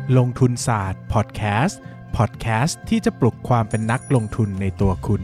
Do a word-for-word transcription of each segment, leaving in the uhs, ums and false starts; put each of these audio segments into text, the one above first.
ลงทุนศาสตร์พอดแคสต์พอดแคสต์ที่จะปลุกความเป็นนักลงทุนในตัวคุณ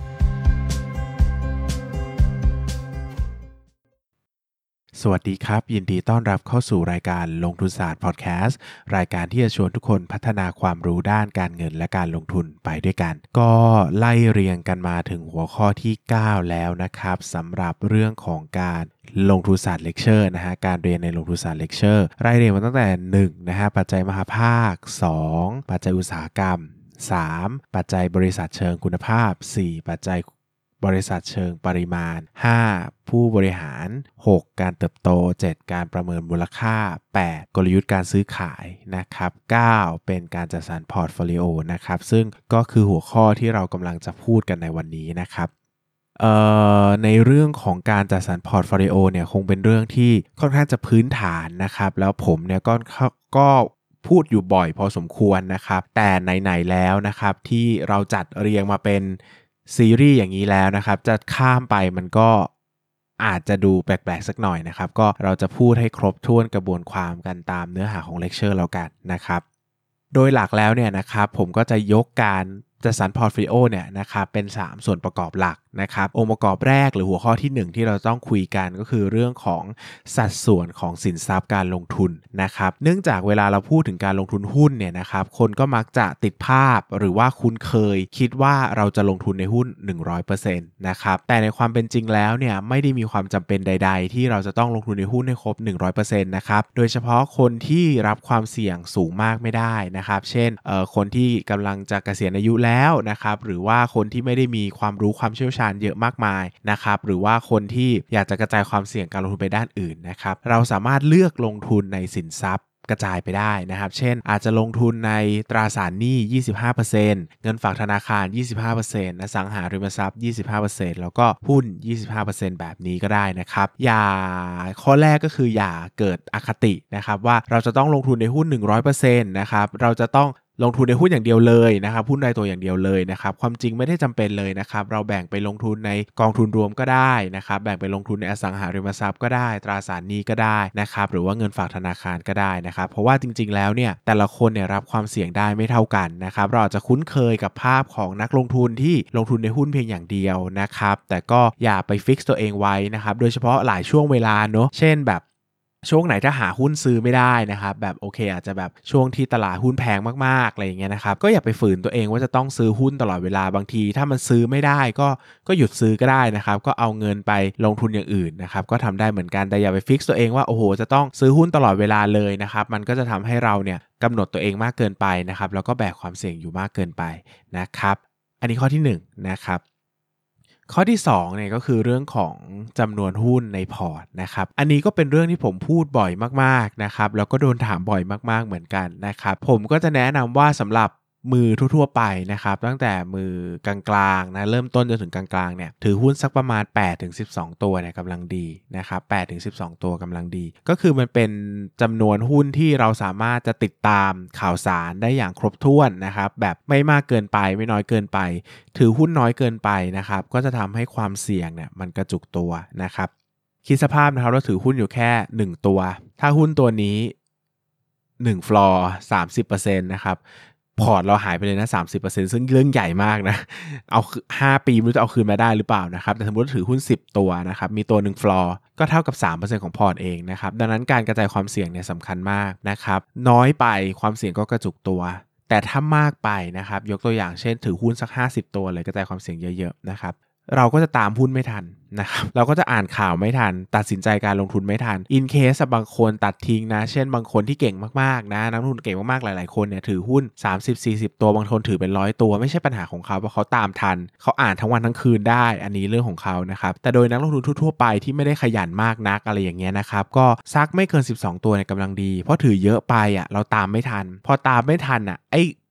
สวัสดีครับยินดีต้อนรับเข้าสู่รายการลงทุนศาสตร์พอดแคสต์รายการที่จะชวนทุกคนพัฒนาความรู้ด้านการเงินและการลงทุนไปด้วยกันก็ไล่เรียงกันมาถึงหัวข้อที่เก้าแล้วนะครับสำหรับเรื่องของการลงทุนศาสตร์เลคเชอร์นะฮะการเรียนในลงทุนศาสตร์เลคเชอร์ไล่เรียงมาตั้งแต่หนึ่งนะฮะปัจจัยมหาภาคสองปัจจัยอุตสาหกรรมสามปัจจัยบริษัทเชิงคุณภาพสี่ปัจจัยบริษัทเชิงปริมาณห้าผู้บริหารหกการเติบโตเจ็ดการประเมินมูลค่าแปดกลยุทธ์การซื้อขายนะครับเก้าเป็นการจัดสรรพอร์ตโฟลิโอนะครับซึ่งก็คือหัวข้อที่เรากำลังจะพูดกันในวันนี้นะครับเอ่อในเรื่องของการจัดสรรพอร์ตโฟลิโอเนี่ยคงเป็นเรื่องที่ค่อนข้างจะพื้นฐานนะครับแล้วผมเนี่ยก็ก็พูดอยู่บ่อยพอสมควรนะครับแต่ไหนๆแล้วนะครับที่เราจัดเรียงมาเป็นซีรีส์อย่างนี้แล้วนะครับจะข้ามไปมันก็อาจจะดูแปลกๆสักหน่อยนะครับก็เราจะพูดให้ครบถ้วนกระบวนความกันตามเนื้อหาของเลคเชอร์แล้วกันนะครับโดยหลักแล้วเนี่ยนะครับผมก็จะยกการจัดสรรพอร์ตโฟลิโอเนี่ยนะครับเป็นสามส่วนประกอบหลักนะครับองค์ประกอบแรกหรือหัวข้อที่หนึ่งที่เราต้องคุยกันก็คือเรื่องของสัดส่วนของสินทรัพย์การลงทุนนะครับเนื่องจากเวลาเราพูดถึงการลงทุนหุ้นเนี่ยนะครับคนก็มักจะติดภาพหรือว่าคุ้นเคยคิดว่าเราจะลงทุนในหุ้น หนึ่งร้อยเปอร์เซ็นต์ นะครับแต่ในความเป็นจริงแล้วเนี่ยไม่ได้มีความจำเป็นใดๆที่เราจะต้องลงทุนในหุ้นให้ครบ หนึ่งร้อยเปอร์เซ็นต์ นะครับโดยเฉพาะคนที่รับความเสี่ยงสูงมากไม่ได้นะครับเช่นเอ่อคนที่กำลังจะเกษียณอายุแล้วนะครับหรือว่าคนที่ไม่ได้มีความรู้ความเชี่ยวชาญเยอะมากมายนะครับหรือว่าคนที่อยากจะกระจายความเสี่ยงการลงทุนไปด้านอื่นนะครับเราสามารถเลือกลงทุนในสินทรัพย์กระจายไปได้นะครับเช่นอาจจะลงทุนในตราสารหนี้ ยี่สิบห้าเปอร์เซ็นต์ เงินฝากธนาคาร ยี่สิบห้าเปอร์เซ็นต์ อสังหาริมทรัพย์ ยี่สิบห้าเปอร์เซ็นต์ แล้วก็หุ้น ยี่สิบห้าเปอร์เซ็นต์ แบบนี้ก็ได้นะครับอย่าข้อแรกก็คืออย่าเกิดอคตินะครับว่าเราจะต้องลงทุนในหุ้น หนึ่งร้อยเปอร์เซ็นต์ นะครับเราจะต้องลงทุนในหุ้นอย่างเดียวเลยนะครับหุ้นรายตัวอย่างเดียวเลยนะครับความจริงไม่ได้จำเป็นเลยนะครับเราแบ่งไปลงทุนในกองทุนรวมก็ได้นะครับแบ่งไปลงทุนในอสังหาริมทรัพย์ก็ได้ตราสารหนี้ก็ได้นะครับหรือว่าเงินฝากธนาคารก็ได้นะครับเพราะว่าจริงๆแล้วเนี่ยแต่ละคนเนี่ยรับความเสี่ยงได้ไม่เท่ากันนะครับเราอาจจะคุ้นเคยกับภาพของนักลงทุนที่ลงทุนในหุ้นเพียงอย่างเดียวนะครับแต่ก็อย่าไปฟิกซ์ตัวเองไว้นะครับโดยเฉพาะหลายช่วงเวลาเนอะเช่นแบบช่วงไหนถ้าหาหุ้นซื้อไม่ได้นะครับแบบโอเคอาจจะแบบช่วงที่ตลาดหุ้นแพงมากๆอะไรอย่างเงี้ยนะครับก็อย่าไปฝืนตัวเองว่าจะต้องซื้อหุ้นตลอดเวลาบางทีถ้ามันซื้อไม่ได้ก็ก็หยุดซื้อก็ได้นะครับก็เอาเงินไปลงทุนอย่างอื่นนะครับก็ทำได้เหมือนกันแต่อย่าไปฟิกซ์ตัวเองว่าโอ้โหจะต้องซื้อหุ้นตลอดเวลาเลยนะครับมันก็จะทำให้เราเนี่ยกำหนดตัวเองมากเกินไปนะครับแล้วก็แบกความเสี่ยงอยู่มากเกินไปนะครับอันนี้ข้อที่หนึ่งนะครับข้อที่สองเนี่ยก็คือเรื่องของจำนวนหุ้นในพอร์ตนะครับอันนี้ก็เป็นเรื่องที่ผมพูดบ่อยมากๆนะครับแล้วก็โดนถามบ่อยมากๆเหมือนกันนะครับผมก็จะแนะนำว่าสำหรับมือทั่วๆไปนะครับตั้งแต่มือกลางๆนะเริ่มต้นจนถึงกลางๆเนี่ยถือหุ้นสักประมาณ แปดถึงสิบสอง ตัวเนี่ยกำลังดีนะครับ แปดถึงสิบสอง ตัวกำลังดีก็คือมันเป็นจำนวนหุ้นที่เราสามารถจะติดตามข่าวสารได้อย่างครบถ้วนนะครับแบบไม่มากเกินไปไม่น้อยเกินไปถือหุ้นน้อยเกินไปนะครับก็จะทำให้ความเสี่ยงเนี่ยมันกระจุกตัวนะครับคิดสภาพนะครับเราถือหุ้นอยู่แค่หนึ่งตัวถ้าหุ้นตัวนี้หนึ่งฟลอร์ สามสิบเปอร์เซ็นต์ นะครับพอร์ตเราหายไปเลยนะ สามสิบเปอร์เซ็นต์ ซึ่งเรื่องใหญ่มากนะเอาห้าปีไม่รู้จะเอาคืนมาได้หรือเปล่านะครับแต่สมมุติถือหุ้นสิบตัวนะครับมีตัวหนึ่งฟลอร์ก็เท่ากับ สามเปอร์เซ็นต์ ของพอร์ตเองนะครับดังนั้นการกระจายความเสี่ยงเนี่ยสำคัญมากนะครับน้อยไปความเสี่ยงก็กระจุกตัวแต่ถ้ามากไปนะครับยกตัวอย่างเช่นถือหุ้นสักห้าสิบตัวเลยกระจายความเสี่ยงเยอะๆนะครับเราก็จะตามหุ้นไม่ทันนะครับเราก็จะอ่านข่าวไม่ทันตัดสินใจการลงทุนไม่ทันอินเคสบางคนตัดทิ้งนะเช่นบางคนที่เก่งมากๆนะนักลงทุนเก่งมากๆหลายๆคนเนี่ยถือหุ้น สามสิบ สี่สิบ ตัวบางคนถือเป็นร้อยตัวไม่ใช่ปัญหาของเขาเพราะเขาตามทันเขาอ่านทั้งวันทั้งคืนได้อันนี้เรื่องของเขานะครับแต่โดยนักลงทุนทั่วๆไปที่ไม่ได้ขยันมากนักอะไรอย่างเงี้ยนะครับก็ซักไม่เกินสิบสองตัวเนี่ยกำลังดีเพราะถือเยอะไปอ่ะเราตามไม่ทันพอตามไม่ทันอ่ะไอ้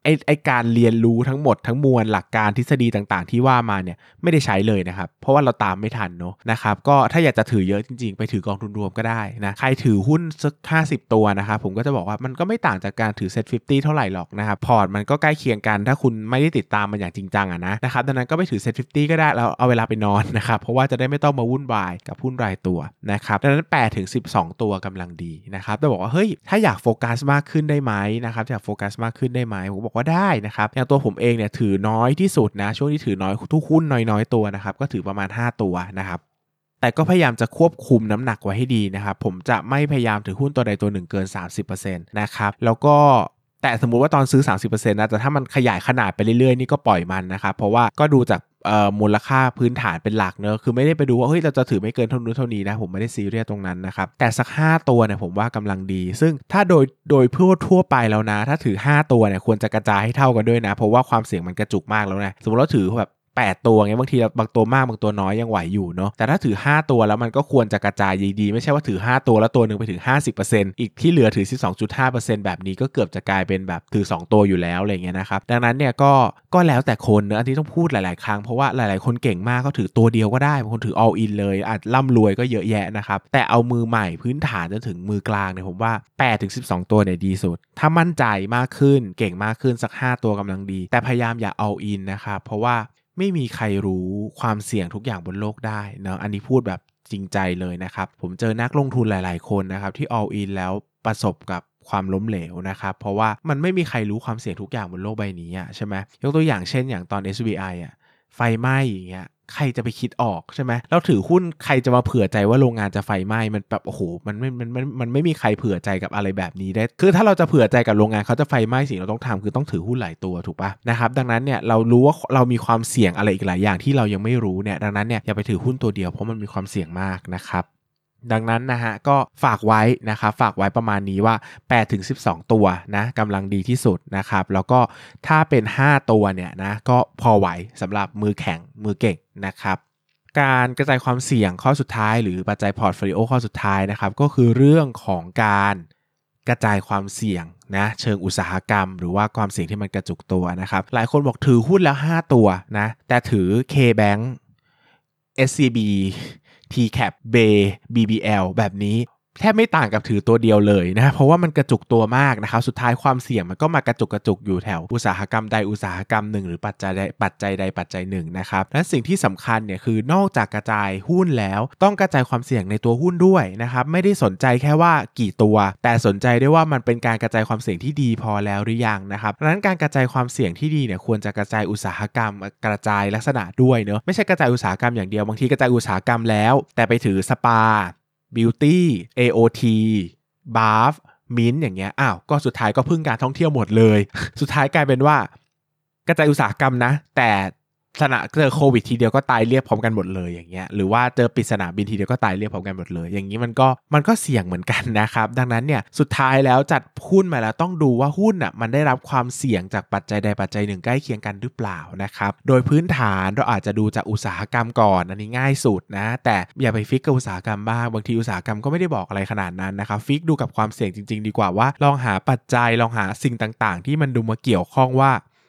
ไอ้ไอ้การเรียนรู้ทั้งหมดทั้งมวลหลักการทฤษฎีต่างๆที่ว่ามาเนี่ยไม่ได้ใช้เลยนะครับเพราะว่าเราตามไม่ทันเนาะนะครับก็ถ้าอยากจะถือเยอะจริงๆไปถือกองทุนรวมก็ได้นะใครถือหุ้นสักห้าสิบตัวนะครับผมก็จะบอกว่ามันก็ไม่ต่างจากการถือเซ็ตห้าสิบเท่าไหร่หรอกนะครับพอร์ตมันก็ใกล้เคียงกันถ้าคุณไม่ได้ติดตามมันอย่างจริงจังอะนะนะครับดังนั้นก็ไปถือเซ็ตห้าสิบก็ได้แล้วเอาเวลาไปนอนนะครับเพราะว่าจะได้ไม่ต้องมาวุ่นวายกับหุ้นรายตัวนะครับดังนั้นแปดถึงสิบสองตัวกำลังดีนะครับแต่บอกว่าเฮ้ยถ้าอยากโฟกัสมากขึ้นได้ไหมนะครับอยากโฟกัสมากขึ้นได้ไหมผมบอกว่าได้นะครับอย่างตัวผมเองเนี่ยถือน้อยที่สุดนะช่วงที่ถือน้อยทุกหุ้นน้อยๆตัวนะครับก็ถือประมาณห้าตัวนะครับแต่ก็พยายามจะควบคุมน้ำหนักไว้ให้ดีนะครับผมจะไม่พยายามถือหุ้นตัวใดตัวหนึ่งเกิน สามสิบเปอร์เซ็นต์ นะครับแล้วก็แต่สมมุติว่าตอนซื้อ สามสิบเปอร์เซ็นต์ นะแต่ถ้ามันขยายขนาดไปเรื่อยๆนี่ก็ปล่อยมันนะครับเพราะว่าก็ดูจากเอ่อมูลค่าพื้นฐานเป็นหลักเนอะคือไม่ได้ไปดูว่าเฮ้ยเราจะถือไม่เกินเท่านู้นเท่านี้นะผมไม่ได้ซีเรียสตรงนั้นนะครับแต่สักห้าตัวเนี่ยผมว่ากำลังดีซึ่งถ้าโดยโดยทั่วทั่วไปแล้วนะถ้าถือห้าตัวเนี่ยควรจะกระจายให้เท่ากันด้วยนะเพราะว่าความเสี่ยงมันกระจุกมากแล้วนะสมมติเราถือแบบแปดตัวเงี้ยบางทีบางตัวมากบางตัวน้อยยังไหวอยู่เนาะแต่ถ้าถือห้าตัวแล้วมันก็ควรจะกระจายดีๆไม่ใช่ว่าถือห้าตัวแล้วตัวนึงไปถึง ห้าสิบเปอร์เซ็นต์ อีกที่เหลือถือ สิบสองจุดห้าเปอร์เซ็นต์ แบบนี้ก็เกือบจะกลายเป็นแบบถือสองตัวอยู่แล้วอะไรเงี้ยนะครับดังนั้นเนี่ยก็ก็แล้วแต่คนเนอะอันนี้ต้องพูดหลายๆครั้งเพราะว่าหลายๆคนเก่งมากก็ถือตัวเดียวก็ได้บางคนถือ all in เลยอาจร่ำรวยก็เยอะแยะนะครับแต่เอามือใหม่พื้นฐานจนถึงมือกลางเนี่ยผมว่าแปดถึงสิบสองตัวเนี่ยดีสุดถ้ามั่นใจมากขึ้นเก่งมากขึ้นสักห้าตัวกำลังดีแต่พยายามอย่า all in นะครับเพราะว่าไม่มีใครรู้ความเสี่ยงทุกอย่างบนโลกได้เนาะอันนี้พูดแบบจริงใจเลยนะครับผมเจอนักลงทุนหลายๆคนนะครับที่ all in แล้วประสบกับความล้มเหลวนะครับเพราะว่ามันไม่มีใครรู้ความเสี่ยงทุกอย่างบนโลกใบนี้อ่ะใช่ไหมยกตัวอย่างเช่นอย่างตอน เอส วี ไอ อ่ะไฟไหม้อย่างเงี้ยใครจะไปคิดออกใช่ไหมเราถือหุ้นใครจะมาเผื่อใจว่าโรงงานจะไฟไหม้มันแบบโอ้โหมันไม่มันมันมันไม่มีใครเผื่อใจกับอะไรแบบนี้ได้คือถ้าเราจะเผื่อใจกับโรงงานเขาจะไฟไหม้สิ่งเราต้องทำคือต้องถือหุ้นหลายตัวถูกปะนะครับดังนั้นเนี่ยเรารู้ว่าเรามีความเสี่ยงอะไรอีกหลายอย่างที่เรายังไม่รู้เนี่ยดังนั้นเนี่ยอย่าไปถือหุ้นตัวเดียวเพราะมันมีความเสี่ยงมากนะครับดังนั้นนะฮะก็ฝากไว้นะครับฝากไว้ประมาณนี้ว่าแปดถึงสิบสองตัวนะกำลังดีที่สุดนะครับแล้วก็ถ้าเป็นห้าตัวเนี่ยนะก็พอไหวสำหรับมือแข็งมือเก่งนะครับการกระจายความเสี่ยงข้อสุดท้ายหรือปัจจัยพอร์ตโฟลิโอข้อสุดท้ายนะครับก็คือเรื่องของการกระจายความเสี่ยงนะเชิงอุตสาหกรรมหรือว่าความเสี่ยงที่มันกระจุกตัวนะครับหลายคนบอกถือหุ้นแล้วห้าตัวนะแต่ถือ K-Bank เอส ซี บี ที แคป เบ บี บี แอล แบบนี้แทบไม่ต่างกับถือตัวเดียวเลยนะเพราะว่ามันกระจุกตัวมากนะครับสุดท้ายความเสี่ยงมันก็มากระจุกกระจุกอยู่แถวอุตสาหกรรมใดอุตสาหกรรมหนึ่งหรือปัจจัยใดปัจจัยใดปัจจัยหนึ่งนะครับและสิ่งที่สำคัญเนี่ยคือนอกจากกระจายหุ้นแล้วต้องกระจายความเสี่ยงในตัวหุ้นด้วยนะครับไม่ได้สนใจแค่ว่ากี่ตัวแต่สนใจด้วยว่ามันเป็นการกระจายความเสี่ยงที่ดีพอแล้วหรือยังนะครับดังนั้นการกระจายความเสี่ยงที่ดีเนี่ยควรจะกระจายอุตสาหกรรมกระจายลักษณะด้วยเนอะไม่ใช่กระจายอุตสาหกรรมอย่างเดียวบางทีกระจายอุตสาหกรรมแล้วแต่ไปถือสปาบิวตี้ เอ โอ ที บาร์ฟ มิ้นท์อย่างเงี้ยอ้าวก็สุดท้ายก็พึ่งการท่องเที่ยวหมดเลย สุดท้ายกลายเป็นว่ากระจายอุตสาหกรรมนะแต่สถานเจอโควิดทีเดียวก็ตายเรียบพร้อมกันหมดเลยอย่างเงี้ยหรือว่าเจอปิดสนามบินทีเดียวก็ตายเรียบพร้อมกันหมดเลยอย่างนี้มันก็มันก็เสี่ยงเหมือนกันนะครับดังนั้นเนี่ยสุดท้ายแล้วจัดหุ้นมาแล้วต้องดูว่าหุ้นอ่ะมันได้รับความเสี่ยงจากปัจจัยใดปัจจัยหนึ่งใกล้เคียงกันหรือเปล่านะครับโดยพื้นฐานเราอาจจะดูจากอุตสาหกรรมก่อนอันนี้ง่ายสุดนะแต่อย่าไปฟิกกับอุตสาหกรรมบ้างบางทีอุตสาหกรรมก็ไม่ได้บอกอะไรขนาดนั้นนะครับฟิกดูกับความเสี่ยงจริงๆดีกว่าว่าลองหาปัจจัยลองหาสิ่งต่างๆที่มันดูมาเกี่ยวข้องว่า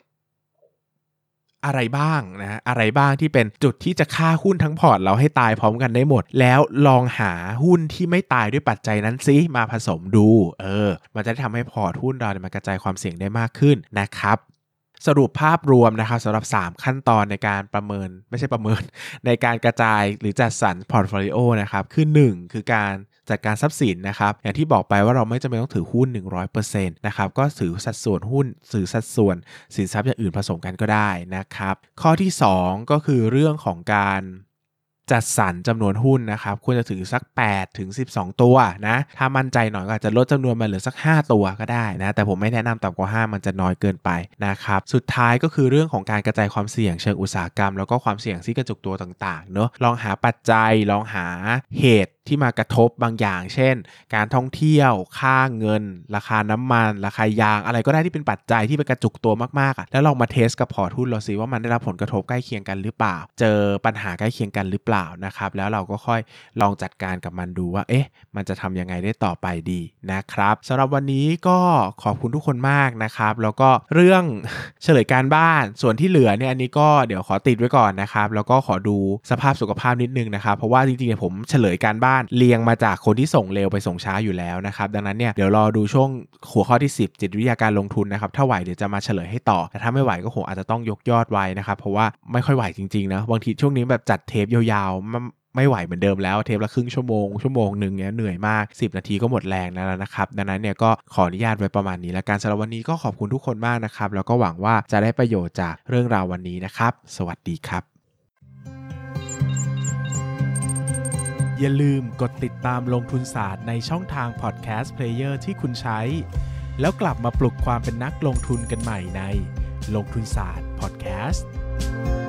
อะไรบ้างนะอะไรบ้างที่เป็นจุดที่จะฆ่าหุ้นทั้งพอร์ตเราให้ตายพร้อมกันได้หมดแล้วลองหาหุ้นที่ไม่ตายด้วยปัจจัยนั้นซิมาผสมดูเออมันจะทำให้พอร์ตหุ้นเราเนี่ยมันกระจายความเสี่ยงได้มากขึ้นนะครับสรุปภาพรวมนะครับสำหรับสามขั้นตอนในการประเมินไม่ใช่ประเมินในการกระจายหรือจัดสรรพอร์ตโฟลิโอนะครับคือหนึ่งคือการจัดการทรัพย์สินนะครับอย่างที่บอกไปว่าเราไม่จำเป็นต้องถือหุ้น หนึ่งร้อยเปอร์เซ็นต์ นะครับก็ถือสัดส่วนหุ้นถือสัดส่วนสินทรัพย์อย่างอื่นผสมกันก็ได้นะครับข้อที่สองก็คือเรื่องของการจัดสรรจำนวนหุ้นนะครับควรจะถือสักแปดถึงสิบสองตัวนะถ้ามั่นใจหน่อยก็อาจจะลดจำนวนมาเหลือสักห้าตัวก็ได้นะแต่ผมไม่แนะนำต่ำกว่าห้ามันจะน้อยเกินไปนะครับสุดท้ายก็คือเรื่องของการกระจายความเสี่ยงเชิงอุตสาหกรรมแล้วก็ความเสี่ยงที่กระจุกตัวต่างๆเนอะลองหาปัจจัยลองหาเหตุที่มากระทบบางอย่างเช่นการท่องเที่ยวค่าเงินราคาน้ำมันราคายางอะไรก็ได้ที่เป็นปัจจัยที่เป็นกระจุกตัวมากๆอ่ะแล้วลองมาเทสกับพอร์ตหุ้นเราสิว่ามันได้รับผลกระทบใกล้เคียงกันหรือเปล่าเจอปัญหาใกล้เคียงกันหรือเปล่านะครับแล้วเราก็ค่อยลองจัดการกับมันดูว่าเอ๊ะมันจะทำยังไงได้ต่อไปดีนะครับสำหรับวันนี้ก็ขอบคุณทุกคนมากนะครับแล้วก็เรื่อง เฉลยการบ้านส่วนที่เหลือเนี่ยอันนี้ก็เดี๋ยวขอติดไว้ก่อนนะครับแล้วก็ขอดูสภาพสุขภาพนิดนึงนะครับเพราะว่าจริงๆผมเฉลยการบ้านเรียงมาจากคนที่ส่งเร็วไปส่งช้าอยู่แล้วนะครับดังนั้นเนี่ยเดี๋ยวรอดูช่วงหัวข้อที่สิบจิตวิทยาการลงทุนนะครับถ้าไหวเดี๋ยวจะมาเฉลยให้ต่อแต่ถ้าไม่ไหวก็คงอาจจะต้องยกยอดไว้นะครับเพราะว่าไม่ค่อยไหวจริงๆนะบางทีช่วงนี้แบบจัดเทปยาวๆไม่ไหวเหมือนเดิมแล้วเทปละครึ่งชั่วโมงชั่วโมงนึงเนี่ยเหนื่อยมากสิบนาทีก็หมดแรงแล้วนะครับดังนั้นเนี่ยก็ขออนุญาตไว้ประมาณนี้แล้วกันสำหรับวันนี้ก็ขอบคุณทุกคนมากนะครับแล้วก็หวังว่าจะได้ประโยชน์จากเรื่องราววันนี้นะครับสวัสดีครับอย่าลืมกดติดตามลงทุนศาสตร์ในช่องทางพอดแคสต์เพลเยอร์ที่คุณใช้แล้วกลับมาปลุกความเป็นนักลงทุนกันใหม่ในลงทุนศาสตร์พอดแคสต์